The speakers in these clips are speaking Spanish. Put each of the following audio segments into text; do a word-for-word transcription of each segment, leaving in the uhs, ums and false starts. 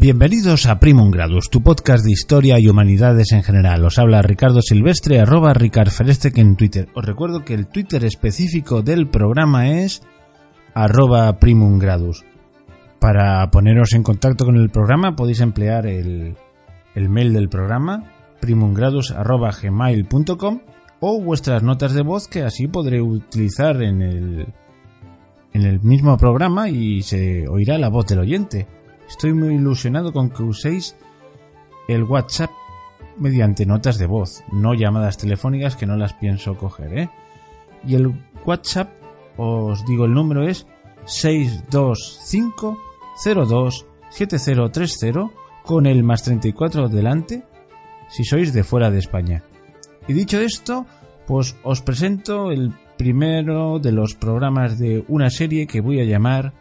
Bienvenidos a Primum Gradus, tu podcast de historia y humanidades en general. Os habla Ricardo Silvestre, arroba ricardferestec en Twitter. Os recuerdo que el Twitter específico del programa es arroba Primum Gradus. Para poneros en contacto con el programa podéis emplear el, el mail del programa primumgradus arroba gmail punto com o vuestras notas de voz, que así podré utilizar en el, en el mismo programa y se oirá la voz del oyente. Estoy muy ilusionado con que uséis el WhatsApp mediante notas de voz, no llamadas telefónicas, que no las pienso coger, ¿eh? Y el WhatsApp, os digo el número, es seis dos cinco cero dos siete cero tres cero con el más treinta y cuatro delante si sois de fuera de España. Y dicho esto, pues os presento el primero de los programas de una serie que voy a llamar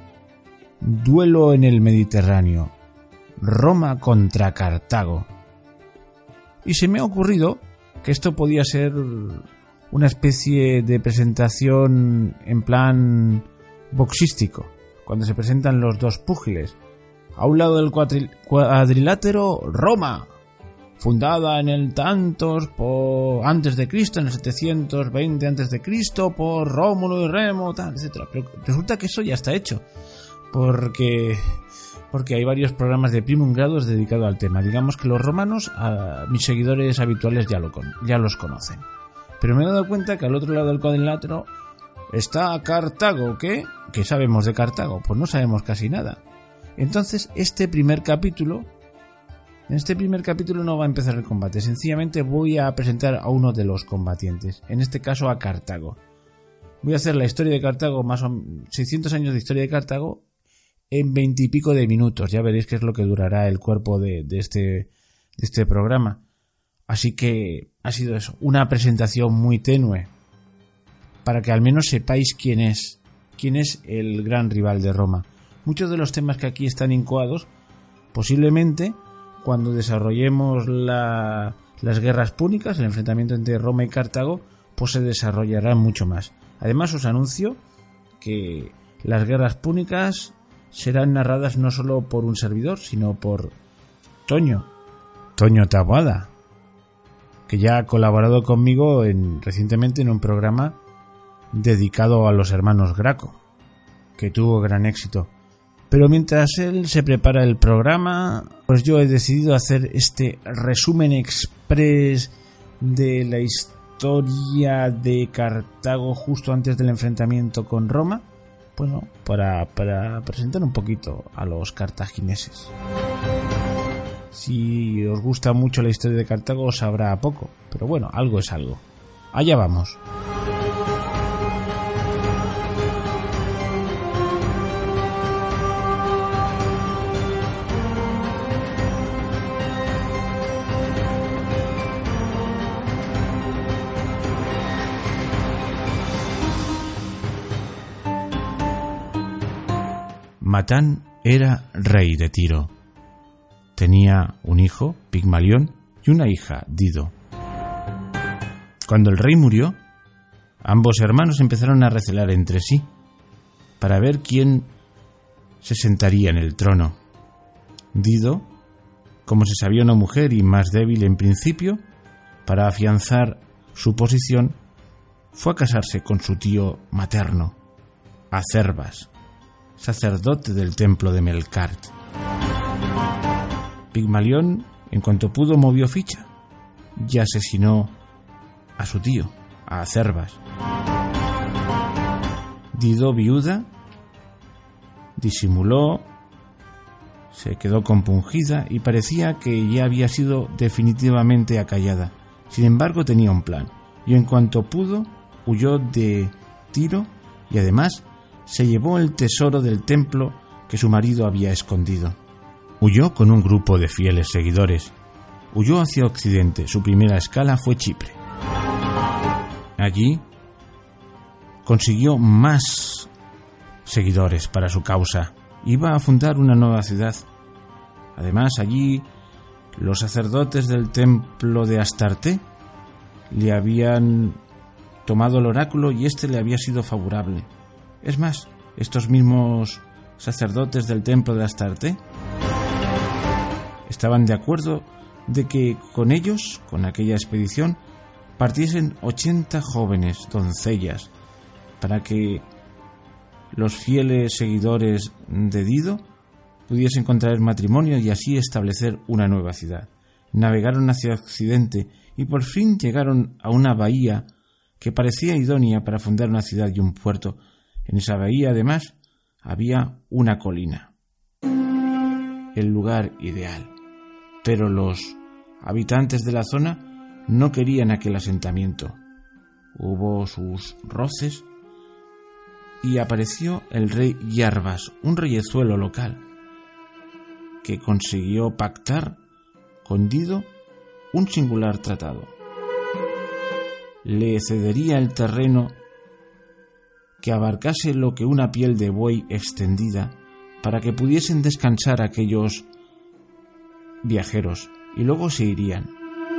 Duelo en el Mediterráneo, Roma contra Cartago. Y se me ha ocurrido que esto podía ser una especie de presentación en plan boxístico, cuando se presentan los dos púgiles. A un lado del cuadril- cuadrilátero, Roma, fundada en el tantos por antes de Cristo, en el setecientos veinte antes de Cristo, por Rómulo y Remo, tal, etcétera. Pero resulta que eso ya está hecho. Porque, porque hay varios programas de Primum Gradus dedicados al tema. Digamos que los romanos, a mis seguidores habituales ya, lo, ya los conocen. Pero me he dado cuenta que al otro lado del cuadrilátero está Cartago. ¿Qué? ¿Qué sabemos de Cartago? Pues no sabemos casi nada. Entonces, este primer capítulo, en este primer capítulo no va a empezar el combate. Sencillamente voy a presentar a uno de los combatientes. En este caso a Cartago. Voy a hacer la historia de Cartago, más o menos seiscientos años de historia de Cartago, en veintipico de minutos. Ya veréis qué es lo que durará el cuerpo de, de, este, de este programa. Así que ha sido eso, una presentación muy tenue, para que al menos sepáis quién es, quién es el gran rival de Roma. Muchos de los temas que aquí están incoados, posiblemente cuando desarrollemos la, las guerras púnicas, el enfrentamiento entre Roma y Cartago, pues se desarrollarán mucho más. Además, os anuncio que las guerras púnicas serán narradas no solo por un servidor, sino por Toño, Toño Taboada, que ya ha colaborado conmigo en, recientemente en un programa dedicado a los hermanos Graco, que tuvo gran éxito. Pero mientras él se prepara el programa, pues yo he decidido hacer este resumen express de la historia de Cartago justo antes del enfrentamiento con Roma. Bueno, para, para presentar un poquito a los cartagineses. Si os gusta mucho la historia de Cartago, os sabrá poco, pero bueno, algo es algo. Allá vamos. Matán era rey de Tiro. Tenía un hijo, Pigmalión, y una hija, Dido. Cuando el rey murió, ambos hermanos empezaron a recelar entre sí para ver quién se sentaría en el trono. Dido, como se sabía una mujer y más débil en principio, para afianzar su posición, fue a casarse con su tío materno, Acerbas, sacerdote del templo de Melkart. Pigmalión, en cuanto pudo, movió ficha y asesinó a su tío, a Acerbas. Dido, viuda, disimuló, se quedó compungida y parecía que ya había sido definitivamente acallada. Sin embargo, tenía un plan y en cuanto pudo, huyó de Tiro y además se llevó el tesoro del templo que su marido había escondido. Huyó con un grupo de fieles seguidores. Huyó hacia Occidente. Su primera escala fue Chipre. Allí consiguió más seguidores para su causa. Iba a fundar una nueva ciudad. Además, allí los sacerdotes del templo de Astarte le habían tomado el oráculo y éste le había sido favorable. Es más, estos mismos sacerdotes del templo de Astarte estaban de acuerdo de que con ellos, con aquella expedición, partiesen ochenta jóvenes doncellas para que los fieles seguidores de Dido pudiesen contraer matrimonio y así establecer una nueva ciudad. Navegaron hacia occidente y por fin llegaron a una bahía que parecía idónea para fundar una ciudad y un puerto. En esa bahía, además, había una colina, el lugar ideal. Pero los habitantes de la zona no querían aquel asentamiento. Hubo sus roces y apareció el rey Iarbas, un reyezuelo local, que consiguió pactar con Dido un singular tratado. Le cedería el terreno que abarcase lo que una piel de buey extendida para que pudiesen descansar aquellos viajeros y luego se irían.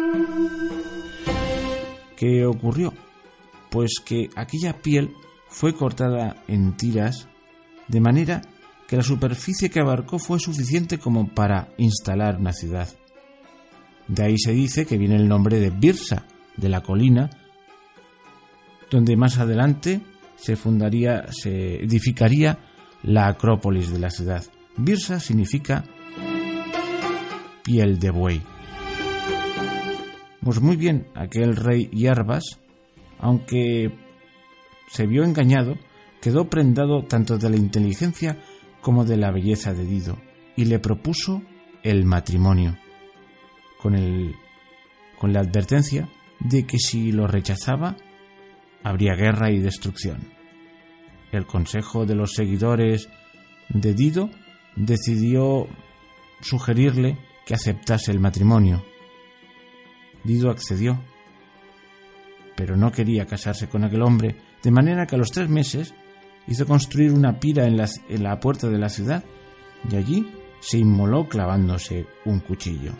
¿Qué ocurrió? Pues que aquella piel fue cortada en tiras de manera que la superficie que abarcó fue suficiente como para instalar una ciudad. De ahí se dice que viene el nombre de Birsa, de la colina, donde más adelante se fundaría, se edificaría la acrópolis de la ciudad. Birsa significa piel de buey. Pues muy bien, aquel rey Iarbas, aunque se vio engañado, quedó prendado tanto de la inteligencia como de la belleza de Dido y le propuso el matrimonio, con, el, con la advertencia de que si lo rechazaba habría guerra y destrucción. El consejo de los seguidores de Dido decidió sugerirle que aceptase el matrimonio. Dido accedió, pero no quería casarse con aquel hombre, de manera que a los tres meses hizo construir una pira en la, en la puerta de la ciudad y allí se inmoló clavándose un cuchillo.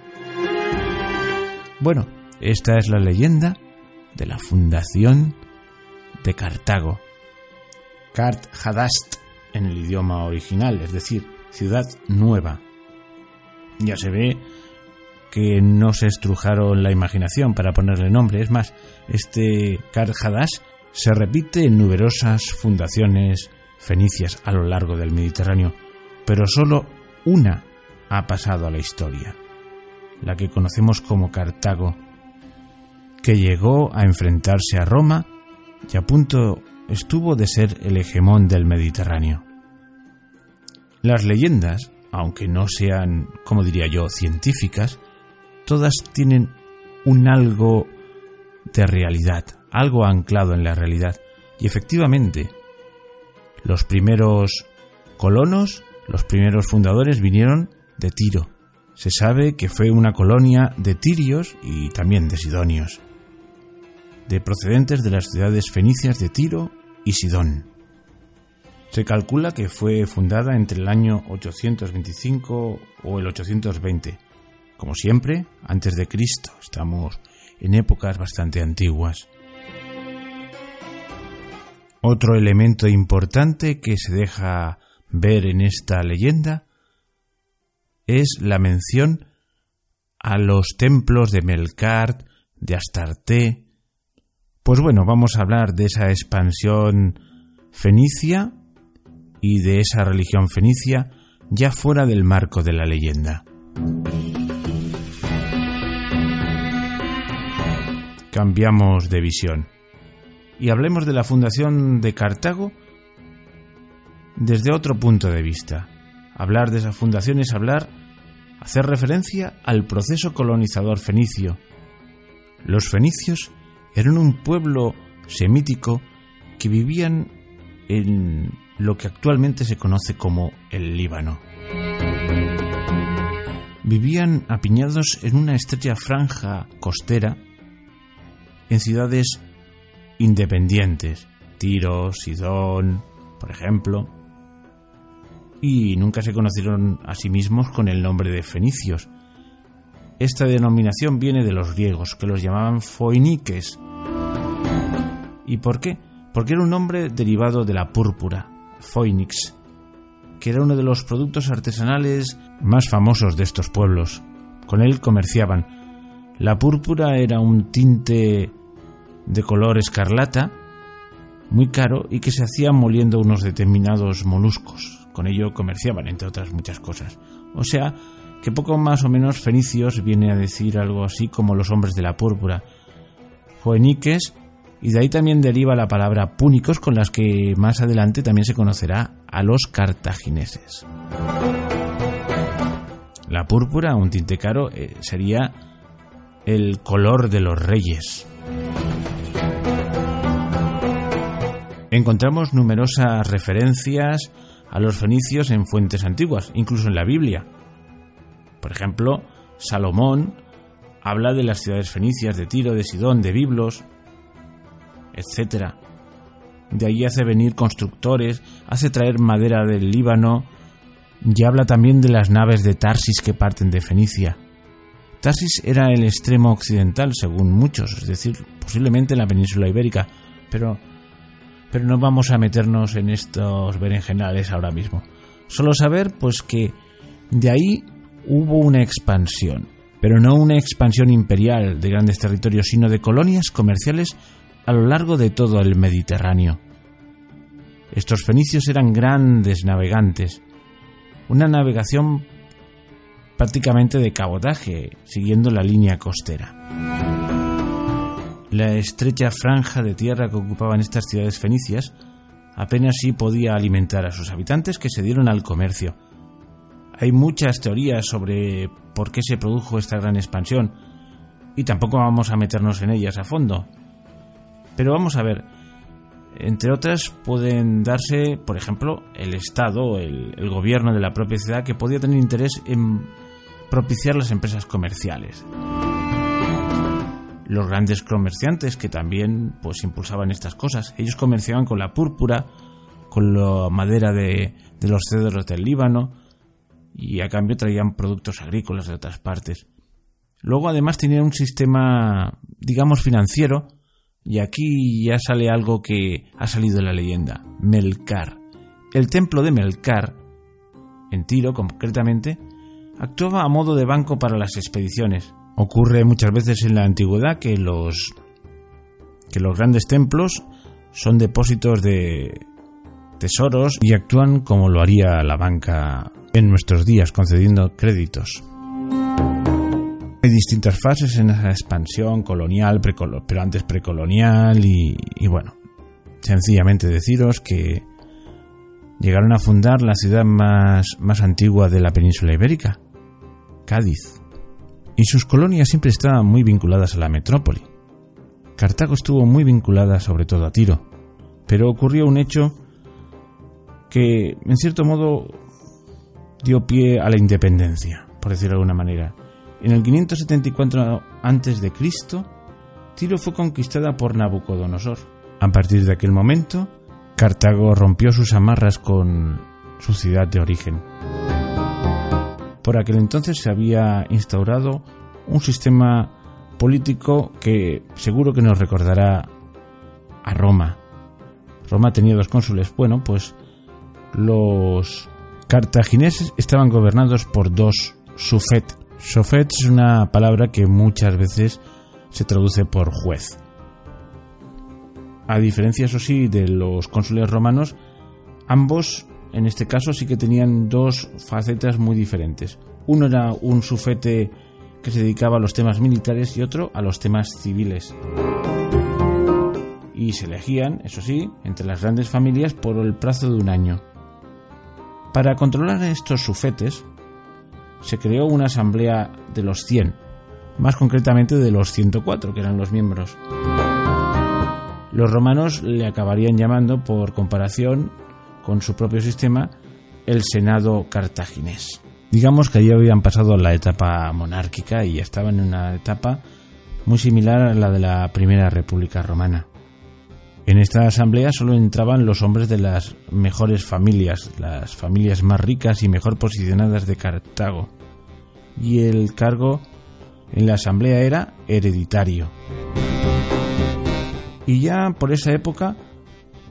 Bueno, esta es la leyenda de la fundación de Cartago. Cart Hadast en el idioma original, es decir, ciudad nueva. Ya se ve que no se estrujaron la imaginación para ponerle nombre. Es más, este Cart Hadast se repite en numerosas fundaciones fenicias a lo largo del Mediterráneo, pero solo una ha pasado a la historia, la que conocemos como Cartago, que llegó a enfrentarse a Roma y a punto estuvo de ser el hegemón del Mediterráneo. Las leyendas, aunque no sean, como diría yo, científicas, todas tienen un algo de realidad, algo anclado en la realidad. Y efectivamente, los primeros colonos, los primeros fundadores vinieron de Tiro. Se sabe que fue una colonia de tirios y también de sidonios, de procedentes de las ciudades fenicias de Tiro y Sidón. Se calcula que fue fundada entre el año ochocientos veinticinco o el ochocientos veinte. Como siempre, antes de Cristo. Estamos en épocas bastante antiguas. Otro elemento importante que se deja ver en esta leyenda es la mención a los templos de Melkart, de Astarte. Pues bueno, vamos a hablar de esa expansión fenicia y de esa religión fenicia ya fuera del marco de la leyenda. Cambiamos de visión y hablemos de la fundación de Cartago desde otro punto de vista. Hablar de esa fundación es hablar, hacer referencia al proceso colonizador fenicio. Los fenicios eran un pueblo semítico que vivían en lo que actualmente se conoce como el Líbano. Vivían apiñados en una estrecha franja costera en ciudades independientes, Tiro, Sidón, por ejemplo, y nunca se conocieron a sí mismos con el nombre de fenicios. Esta denominación viene de los griegos, que los llamaban foiniques. ¿Y por qué? Porque era un nombre derivado de la púrpura, foinix, que era uno de los productos artesanales más famosos de estos pueblos. Con él comerciaban. La púrpura era un tinte de color escarlata, muy caro y que se hacía moliendo unos determinados moluscos. Con ello comerciaban, entre otras muchas cosas. O sea, que poco más o menos fenicios viene a decir algo así como los hombres de la púrpura. Foeniques, y de ahí también deriva la palabra púnicos, con las que más adelante también se conocerá a los cartagineses. La púrpura, un tinte caro, eh, sería el color de los reyes. Encontramos numerosas referencias a los fenicios en fuentes antiguas, incluso en la Biblia. Por ejemplo, Salomón habla de las ciudades fenicias de Tiro, de Sidón, de Biblos, etcétera. De ahí hace venir constructores, hace traer madera del Líbano y habla también de las naves de Tarsis que parten de Fenicia. Tarsis era el extremo occidental, según muchos, es decir, posiblemente en la península ibérica, pero, pero no vamos a meternos en estos berenjenales ahora mismo. Solo saber, pues, que de ahí hubo una expansión, pero no una expansión imperial de grandes territorios, sino de colonias comerciales a lo largo de todo el Mediterráneo. Estos fenicios eran grandes navegantes, una navegación prácticamente de cabotaje, siguiendo la línea costera. La estrecha franja de tierra que ocupaban estas ciudades fenicias apenas sí podía alimentar a sus habitantes, que se dieron al comercio. Hay muchas teorías sobre por qué se produjo esta gran expansión, y tampoco vamos a meternos en ellas a fondo. Pero vamos a ver, entre otras pueden darse, por ejemplo, el Estado, el, el gobierno de la propia ciudad, que podía tener interés en propiciar las empresas comerciales. Los grandes comerciantes que también pues impulsaban estas cosas. Ellos comerciaban con la púrpura, con la madera de, de los cedros del Líbano, y a cambio traían productos agrícolas de otras partes. Luego además tenían un sistema, digamos, financiero, y aquí ya sale algo que ha salido de la leyenda: Melcar. El templo de Melcar, en Tiro concretamente, actuaba a modo de banco para las expediciones. Ocurre muchas veces en la antigüedad que los, que los grandes templos son depósitos de tesoros y actúan como lo haría la banca en nuestros días, concediendo créditos. Hay distintas fases en esa expansión colonial, precolo- pero antes precolonial y, y bueno, sencillamente deciros que llegaron a fundar la ciudad más, más antigua de la península ibérica, Cádiz, y sus colonias siempre estaban muy vinculadas a la metrópoli. Cartago estuvo muy vinculada sobre todo a Tiro, pero ocurrió un hecho que en cierto modo dio pie a la independencia, por decirlo de alguna manera. En el quinientos setenta y cuatro antes de Cristo, Tiro fue conquistada por Nabucodonosor. A partir de aquel momento, Cartago rompió sus amarras con su ciudad de origen. Por aquel entonces se había instaurado un sistema político que seguro que nos recordará a Roma. Roma tenía dos cónsules. Bueno, pues los cartagineses estaban gobernados por dos sufet. Sofet es una palabra que muchas veces se traduce por juez. A diferencia, eso sí, de los cónsules romanos, ambos, en este caso, sí que tenían dos facetas muy diferentes. Uno era un sufete que se dedicaba a los temas militares y otro a los temas civiles. Y se elegían, eso sí, entre las grandes familias por el plazo de un año. Para controlar a estos sufetes, se creó una asamblea de los cien, más concretamente de los ciento cuatro, que eran los miembros. Los romanos le acabarían llamando, por comparación con su propio sistema, el Senado cartaginés. Digamos que allí habían pasado la etapa monárquica y ya estaban en una etapa muy similar a la de la Primera República Romana. En esta asamblea solo entraban los hombres de las mejores familias, las familias más ricas y mejor posicionadas de Cartago, y el cargo en la asamblea era hereditario. Y ya por esa época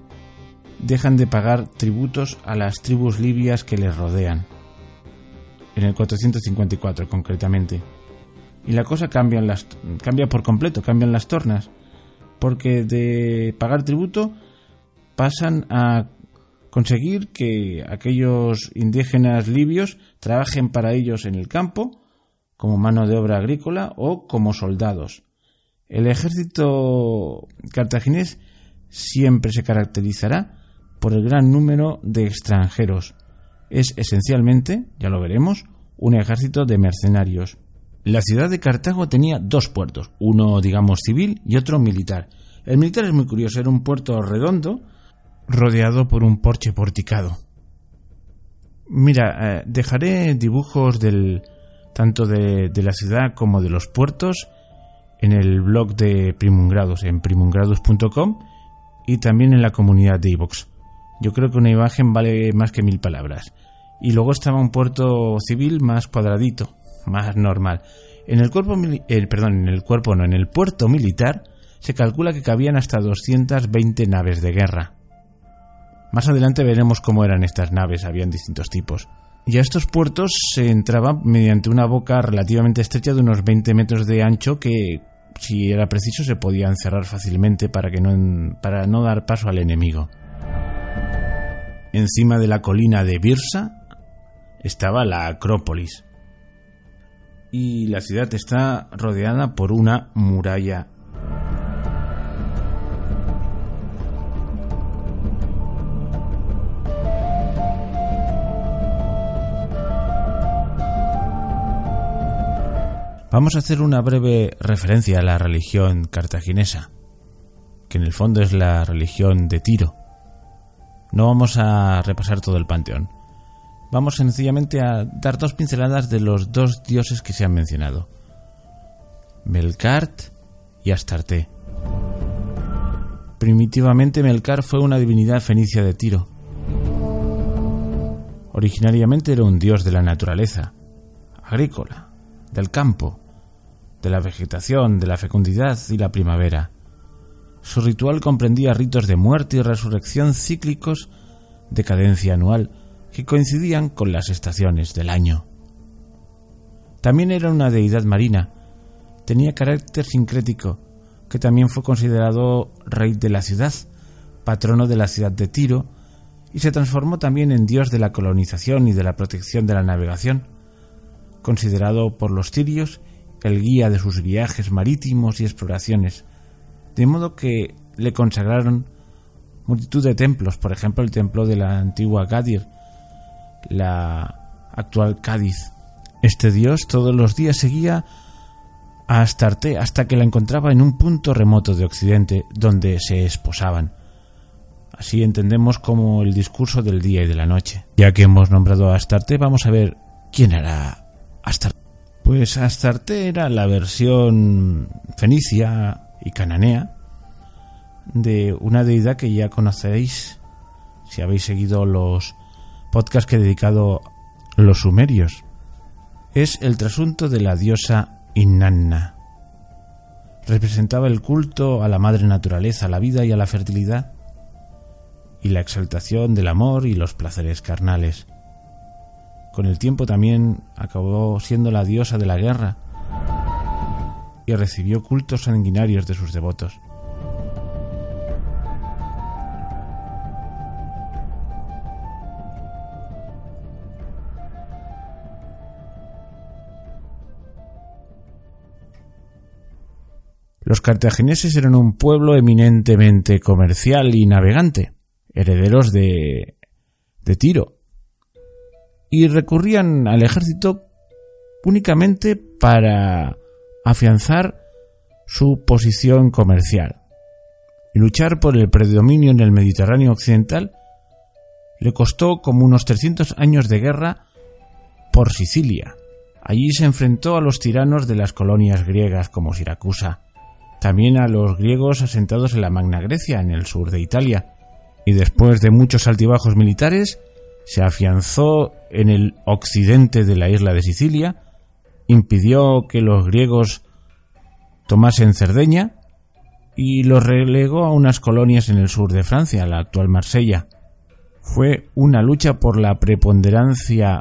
dejan de pagar tributos a las tribus libias que les rodean. en el cuatrocientos cincuenta y cuatro concretamente. Y la cosa cambia, en las, cambia por completo, cambian las tornas, porque de pagar tributo pasan a conseguir que aquellos indígenas libios trabajen para ellos en el campo, como mano de obra agrícola o como soldados. El ejército cartaginés siempre se caracterizará por el gran número de extranjeros. Es esencialmente, ya lo veremos, un ejército de mercenarios. La ciudad de Cartago tenía dos puertos, uno digamos civil y otro militar. El militar es muy curioso, era un puerto redondo rodeado por un porche porticado. Mira, eh, dejaré dibujos del tanto de, de la ciudad como de los puertos en el blog de Primungrados, en primungrados punto com, y también en la comunidad de iVoox. Yo creo que una imagen vale más que mil palabras. Y luego estaba un puerto civil más cuadradito, más normal. En el cuerpo, eh, perdón, en el cuerpo no, en el puerto militar se calcula que cabían hasta doscientas veinte naves de guerra. Más adelante veremos cómo eran estas naves, habían distintos tipos. Y a estos puertos se entraba mediante una boca relativamente estrecha de unos veinte metros de ancho que, si era preciso, se podían cerrar fácilmente para, que no, para no dar paso al enemigo. Encima de la colina de Birsa estaba la Acrópolis. Y la ciudad está rodeada por una muralla. Vamos a hacer una breve referencia a la religión cartaginesa, que en el fondo es la religión de Tiro. No vamos a repasar todo el panteón. Vamos sencillamente a dar dos pinceladas de los dos dioses que se han mencionado: Melkart y Astarte. Primitivamente Melkart fue una divinidad fenicia de Tiro. Originariamente era un dios de la naturaleza, agrícola, del campo, de la vegetación, de la fecundidad y la primavera. Su ritual comprendía ritos de muerte y resurrección cíclicos de cadencia anual que coincidían con las estaciones del año. También era una deidad marina, tenía carácter sincrético, que también fue considerado rey de la ciudad, patrono de la ciudad de Tiro, y se transformó también en dios de la colonización y de la protección de la navegación, considerado por los tirios el guía de sus viajes marítimos y exploraciones, de modo que le consagraron multitud de templos, por ejemplo el templo de la antigua Gadir, la actual Cádiz. Este dios todos los días seguía a Astarte hasta que la encontraba en un punto remoto de Occidente donde se esposaban. Así entendemos como el discurso del día y de la noche. Ya que hemos nombrado a Astarte, vamos a ver quién era Astarte. Pues Astarte era la versión fenicia y cananea de una deidad que ya conocéis si habéis seguido los podcasts que he dedicado a los sumerios. Es el trasunto de la diosa Inanna. Representaba el culto a la madre naturaleza, a la vida y a la fertilidad, y la exaltación del amor y los placeres carnales. Con el tiempo también acabó siendo la diosa de la guerra y recibió cultos sanguinarios de sus devotos. Los cartagineses eran un pueblo eminentemente comercial y navegante, herederos de, de Tiro, y recurrían al ejército únicamente para afianzar su posición comercial. Y luchar por el predominio en el Mediterráneo occidental le costó como unos trescientos años de guerra por Sicilia. Allí se enfrentó a los tiranos de las colonias griegas como Siracusa, también a los griegos asentados en la Magna Grecia, en el sur de Italia, y después de muchos altibajos militares, se afianzó en el occidente de la isla de Sicilia, impidió que los griegos tomasen Cerdeña y los relegó a unas colonias en el sur de Francia, la actual Marsella. Fue una lucha por la preponderancia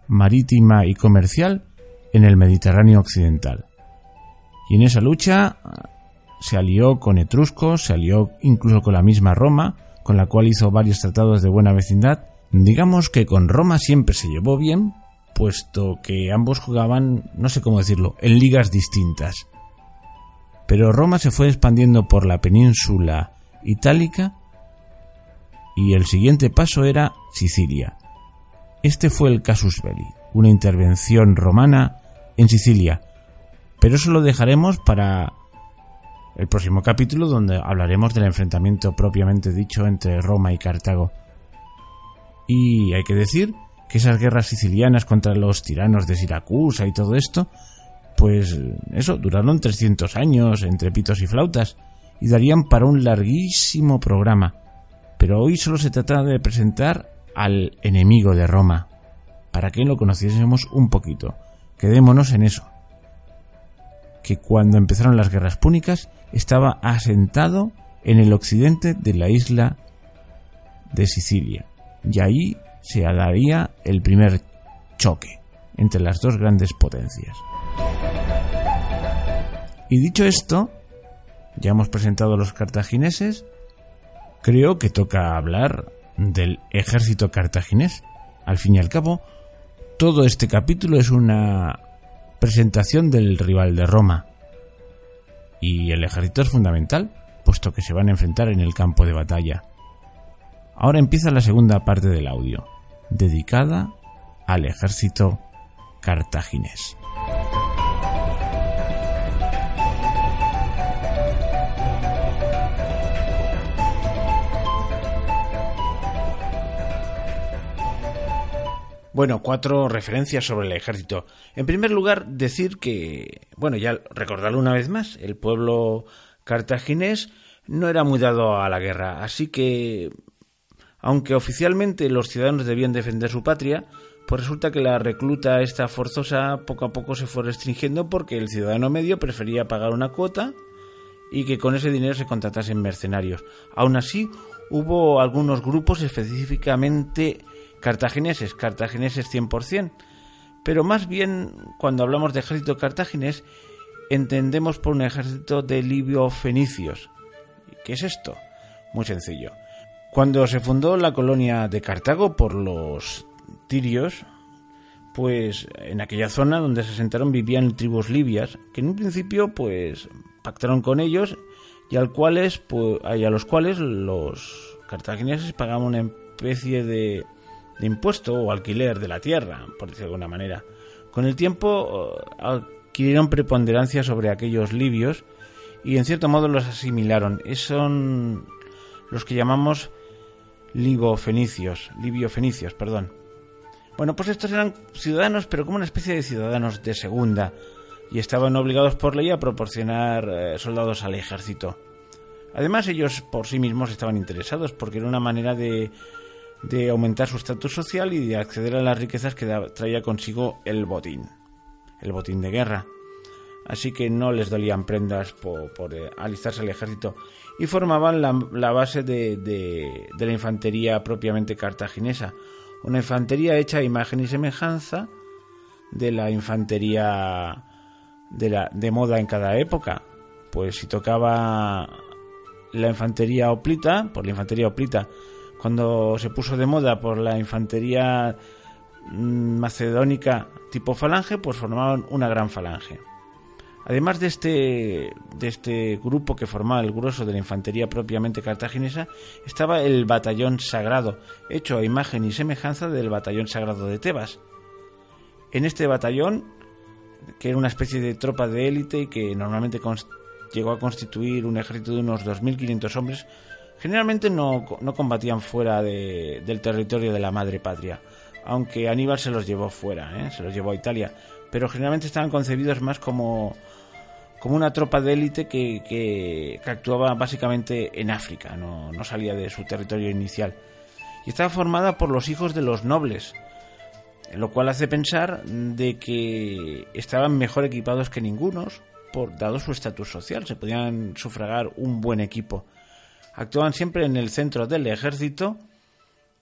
marítima y comercial en el Mediterráneo occidental. Y en esa lucha se alió con etruscos, se alió incluso con la misma Roma, con la cual hizo varios tratados de buena vecindad. Digamos que con Roma siempre se llevó bien, puesto que ambos jugaban, no sé cómo decirlo, en ligas distintas. Pero Roma se fue expandiendo por la península itálica y el siguiente paso era Sicilia. Este fue el casus belli, una intervención romana en Sicilia, pero eso lo dejaremos para el próximo capítulo, donde hablaremos del enfrentamiento propiamente dicho entre Roma y Cartago. Y hay que decir que esas guerras sicilianas contra los tiranos de Siracusa y todo esto, pues eso, duraron trescientos años entre pitos y flautas y darían para un larguísimo programa. Pero hoy solo se trata de presentar al enemigo de Roma, para que lo conociésemos un poquito. Quedémonos en eso, que cuando empezaron las guerras púnicas estaba asentado en el occidente de la isla de Sicilia, y ahí se daría el primer choque entre las dos grandes potencias. Y dicho esto, ya hemos presentado a los cartagineses, creo que toca hablar del ejército cartaginés. Al fin y al cabo, todo este capítulo es una presentación del rival de Roma. Y el ejército es fundamental, puesto que se van a enfrentar en el campo de batalla. Ahora empieza la segunda parte del audio, dedicada al ejército cartaginés. Bueno, cuatro referencias sobre el ejército. En primer lugar, decir que, bueno, ya recordarlo una vez más, el pueblo cartaginés no era muy dado a la guerra, así que, aunque oficialmente los ciudadanos debían defender su patria, pues resulta que la recluta esta forzosa poco a poco se fue restringiendo porque el ciudadano medio prefería pagar una cuota y que con ese dinero se contratasen mercenarios. Aún así, hubo algunos grupos específicamente cartagineses, cartagineses cien por ciento, pero más bien cuando hablamos de ejército cartaginés entendemos por un ejército de libio-fenicios. ¿Qué es esto? Muy sencillo. Cuando se fundó la colonia de Cartago por los tirios, pues en aquella zona donde se asentaron vivían tribus libias que en un principio pues pactaron con ellos y, al cuales, pues, y a los cuales los cartagineses pagaban una especie de de impuesto o alquiler de la tierra, por decirlo de alguna manera. Con el tiempo adquirieron preponderancia sobre aquellos libios y en cierto modo los asimilaron. Esos son los que llamamos libio-fenicios, libio-fenicios, perdón. Bueno, pues estos eran ciudadanos, pero como una especie de ciudadanos de segunda, y estaban obligados por ley a proporcionar eh, soldados al ejército. Además, ellos por sí mismos estaban interesados, porque era una manera de de aumentar su estatus social y de acceder a las riquezas que traía consigo el botín, el botín de guerra. Así que no les dolían prendas por, por eh, alistarse al ejército y formaban la, la base de, de, de la infantería propiamente cartaginesa, una infantería hecha a imagen y semejanza de la infantería de, la, de moda en cada época. Pues si tocaba la infantería hoplita, por la infantería hoplita, cuando se puso de moda por la infantería macedónica tipo falange, pues formaban una gran falange. Además de este, de este grupo que formaba el grueso de la infantería propiamente cartaginesa, estaba el batallón sagrado, hecho a imagen y semejanza del batallón sagrado de Tebas. En este batallón, que era una especie de tropa de élite y que normalmente const- llegó a constituir un ejército de unos dos mil quinientos hombres, generalmente no, no combatían fuera de, del territorio de la madre patria, aunque Aníbal se los llevó fuera, ¿eh? se los llevó a Italia, pero generalmente estaban concebidos más como, como una tropa de élite que, que, que actuaba básicamente en África, no, no salía de su territorio inicial, y estaba formada por los hijos de los nobles, lo cual hace pensar de que estaban mejor equipados que ningunos, por dado su estatus social, se podían sufragar un buen equipo. Actuaban siempre en el centro del ejército,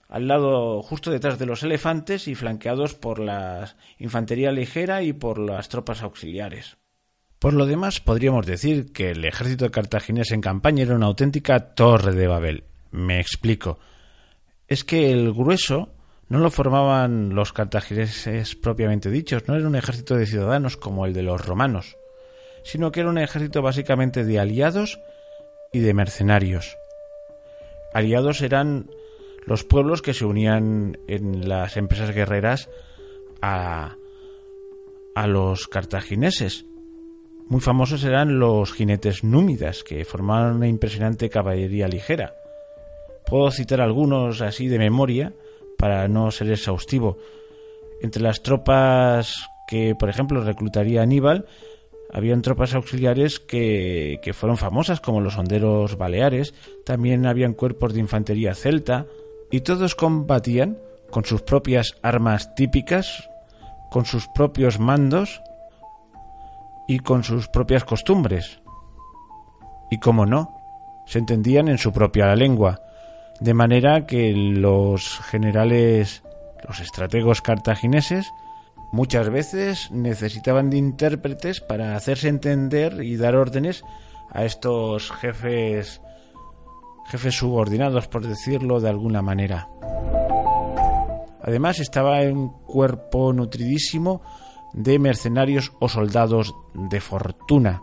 al lado, justo detrás de los elefantes y flanqueados por la infantería ligera y por las tropas auxiliares. Por lo demás, podríamos decir que el ejército cartaginés en campaña era una auténtica torre de Babel. Me explico. Es que el grueso no lo formaban los cartagineses propiamente dichos, no era un ejército de ciudadanos como el de los romanos, sino que era un ejército básicamente de aliados y de mercenarios. Aliados eran los pueblos que se unían en las empresas guerreras a, a los cartagineses. Muy famosos eran los jinetes númidas, que formaban una impresionante caballería ligera. Puedo citar algunos así de memoria para no ser exhaustivo. Entre las tropas que, por ejemplo, reclutaría Aníbal, habían tropas auxiliares que, que fueron famosas, como los honderos baleares. También habían cuerpos de infantería celta, y todos combatían con sus propias armas típicas, con sus propios mandos y con sus propias costumbres. Y cómo no, se entendían en su propia lengua, de manera que los generales, los estrategos cartagineses, muchas veces necesitaban de intérpretes para hacerse entender y dar órdenes a estos jefes jefes subordinados, por decirlo de alguna manera. Además, estaba un cuerpo nutridísimo de mercenarios o soldados de fortuna.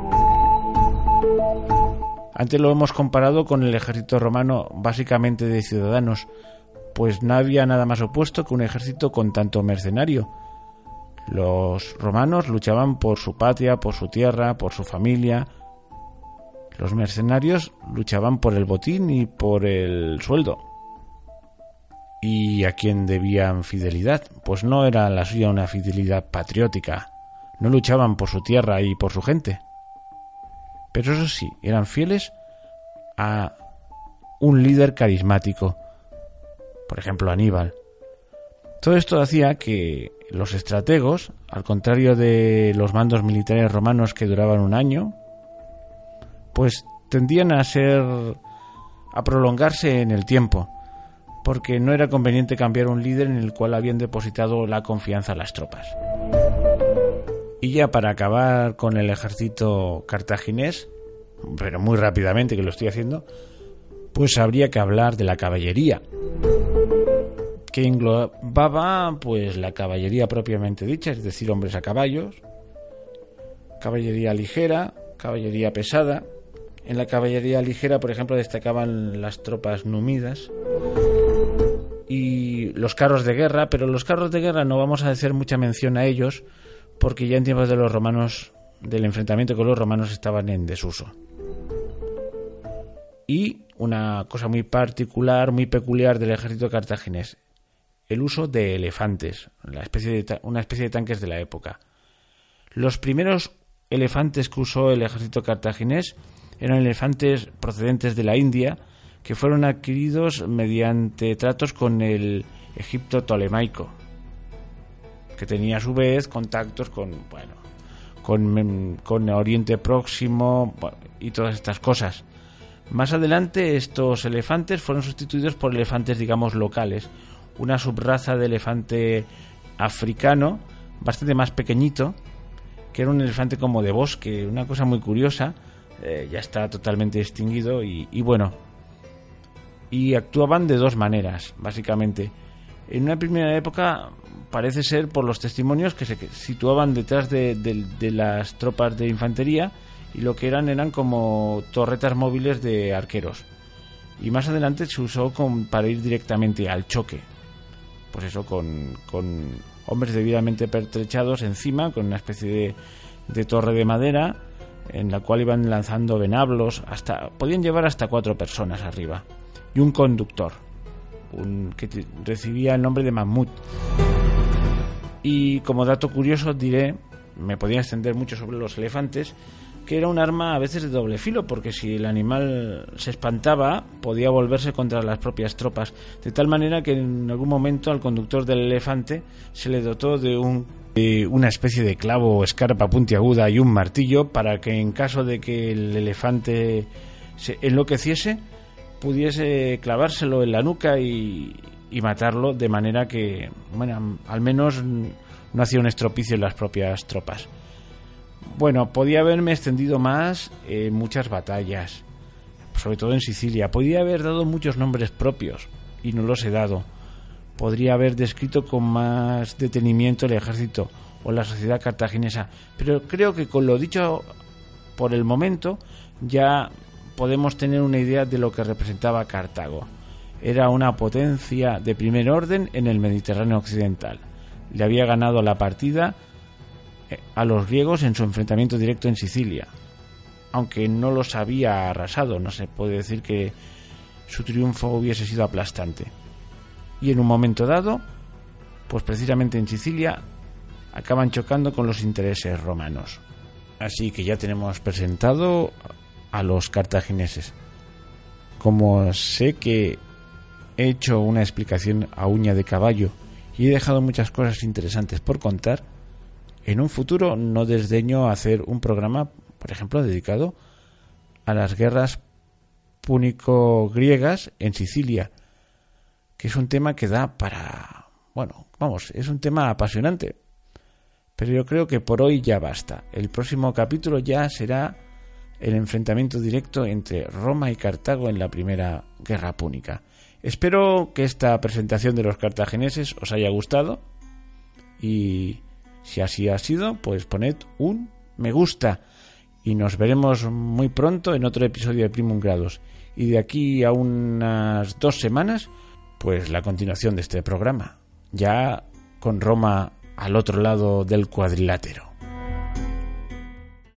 Antes lo hemos comparado con el ejército romano, básicamente de ciudadanos, pues no había nada más opuesto que un ejército con tanto mercenario. Los romanos luchaban por su patria, por su tierra, por su familia. Los mercenarios luchaban por el botín y por el sueldo. ¿Y a quién debían fidelidad? Pues no era la suya una fidelidad patriótica. No luchaban por su tierra y por su gente. Pero eso sí, eran fieles a un líder carismático. Por ejemplo, Aníbal. Todo esto hacía que los estrategos, al contrario de los mandos militares romanos que duraban un año, pues tendían a ser a prolongarse en el tiempo, porque no era conveniente cambiar un líder en el cual habían depositado la confianza las tropas. Y ya para acabar con el ejército cartaginés, pero muy rápidamente que lo estoy haciendo, pues habría que hablar de la caballería, que englobaba pues la caballería propiamente dicha, es decir, hombres a caballos, caballería ligera, caballería pesada. En la caballería ligera, por ejemplo, destacaban las tropas númidas y los carros de guerra, pero los carros de guerra no vamos a hacer mucha mención a ellos porque ya en tiempos de los romanos, del enfrentamiento con los romanos, estaban en desuso. Y una cosa muy particular, muy peculiar del ejército cartaginés, el uso de elefantes, la especie de ta- una especie de tanques de la época. Los primeros elefantes que usó el ejército cartaginés eran elefantes procedentes de la India, que fueron adquiridos mediante tratos con el Egipto tolemaico, que tenía a su vez contactos con, bueno, con, con Oriente Próximo, bueno, y todas estas cosas. Más adelante estos elefantes fueron sustituidos por elefantes, digamos, locales, una subraza de elefante africano bastante más pequeñito, que era un elefante como de bosque, una cosa muy curiosa. Eh, ya está totalmente extinguido y, y bueno, y actuaban de dos maneras, básicamente. En una primera época parece ser, por los testimonios, que se situaban detrás de, de, de las tropas de infantería, y lo que eran eran como torretas móviles de arqueros, y más adelante se usó con, para ir directamente al choque, pues eso, con, con hombres debidamente pertrechados encima, con una especie de, de torre de madera en la cual iban lanzando venablos, hasta podían llevar hasta cuatro personas arriba, y un conductor, un, que t- recibía el nombre de mamut. Y como dato curioso diré, me podía extender mucho sobre los elefantes, que era un arma a veces de doble filo, porque si el animal se espantaba podía volverse contra las propias tropas, de tal manera que en algún momento al conductor del elefante se le dotó de un de una especie de clavo o escarpa puntiaguda y un martillo, para que en caso de que el elefante se enloqueciese pudiese clavárselo en la nuca y, y matarlo de manera que, bueno, al menos no hacía un estropicio en las propias tropas. Bueno, podía haberme extendido más en muchas batallas, sobre todo en Sicilia. Podría haber dado muchos nombres propios y no los he dado. Podría haber descrito con más detenimiento el ejército o la sociedad cartaginesa, pero creo que con lo dicho por el momento ya podemos tener una idea de lo que representaba Cartago. Era una potencia de primer orden en el Mediterráneo occidental. Le había ganado la partida a los griegos en su enfrentamiento directo en Sicilia, aunque no los había arrasado. No se puede decir que su triunfo hubiese sido aplastante. Y en un momento dado, pues precisamente en Sicilia, acaban chocando con los intereses romanos. Así que ya tenemos presentado a los cartagineses. Como sé que he hecho una explicación a uña de caballo y he dejado muchas cosas interesantes por contar, en un futuro no desdeño hacer un programa, por ejemplo, dedicado a las guerras púnico-griegas en Sicilia, que es un tema que da para... Bueno, vamos, es un tema apasionante. Pero yo creo que por hoy ya basta. El próximo capítulo ya será el enfrentamiento directo entre Roma y Cartago en la primera guerra púnica. Espero que esta presentación de los cartagineses os haya gustado y si así ha sido, pues poned un me gusta y nos veremos muy pronto en otro episodio de Primum Gradus. Y de aquí a unas dos semanas, pues la continuación de este programa, ya con Roma al otro lado del cuadrilátero.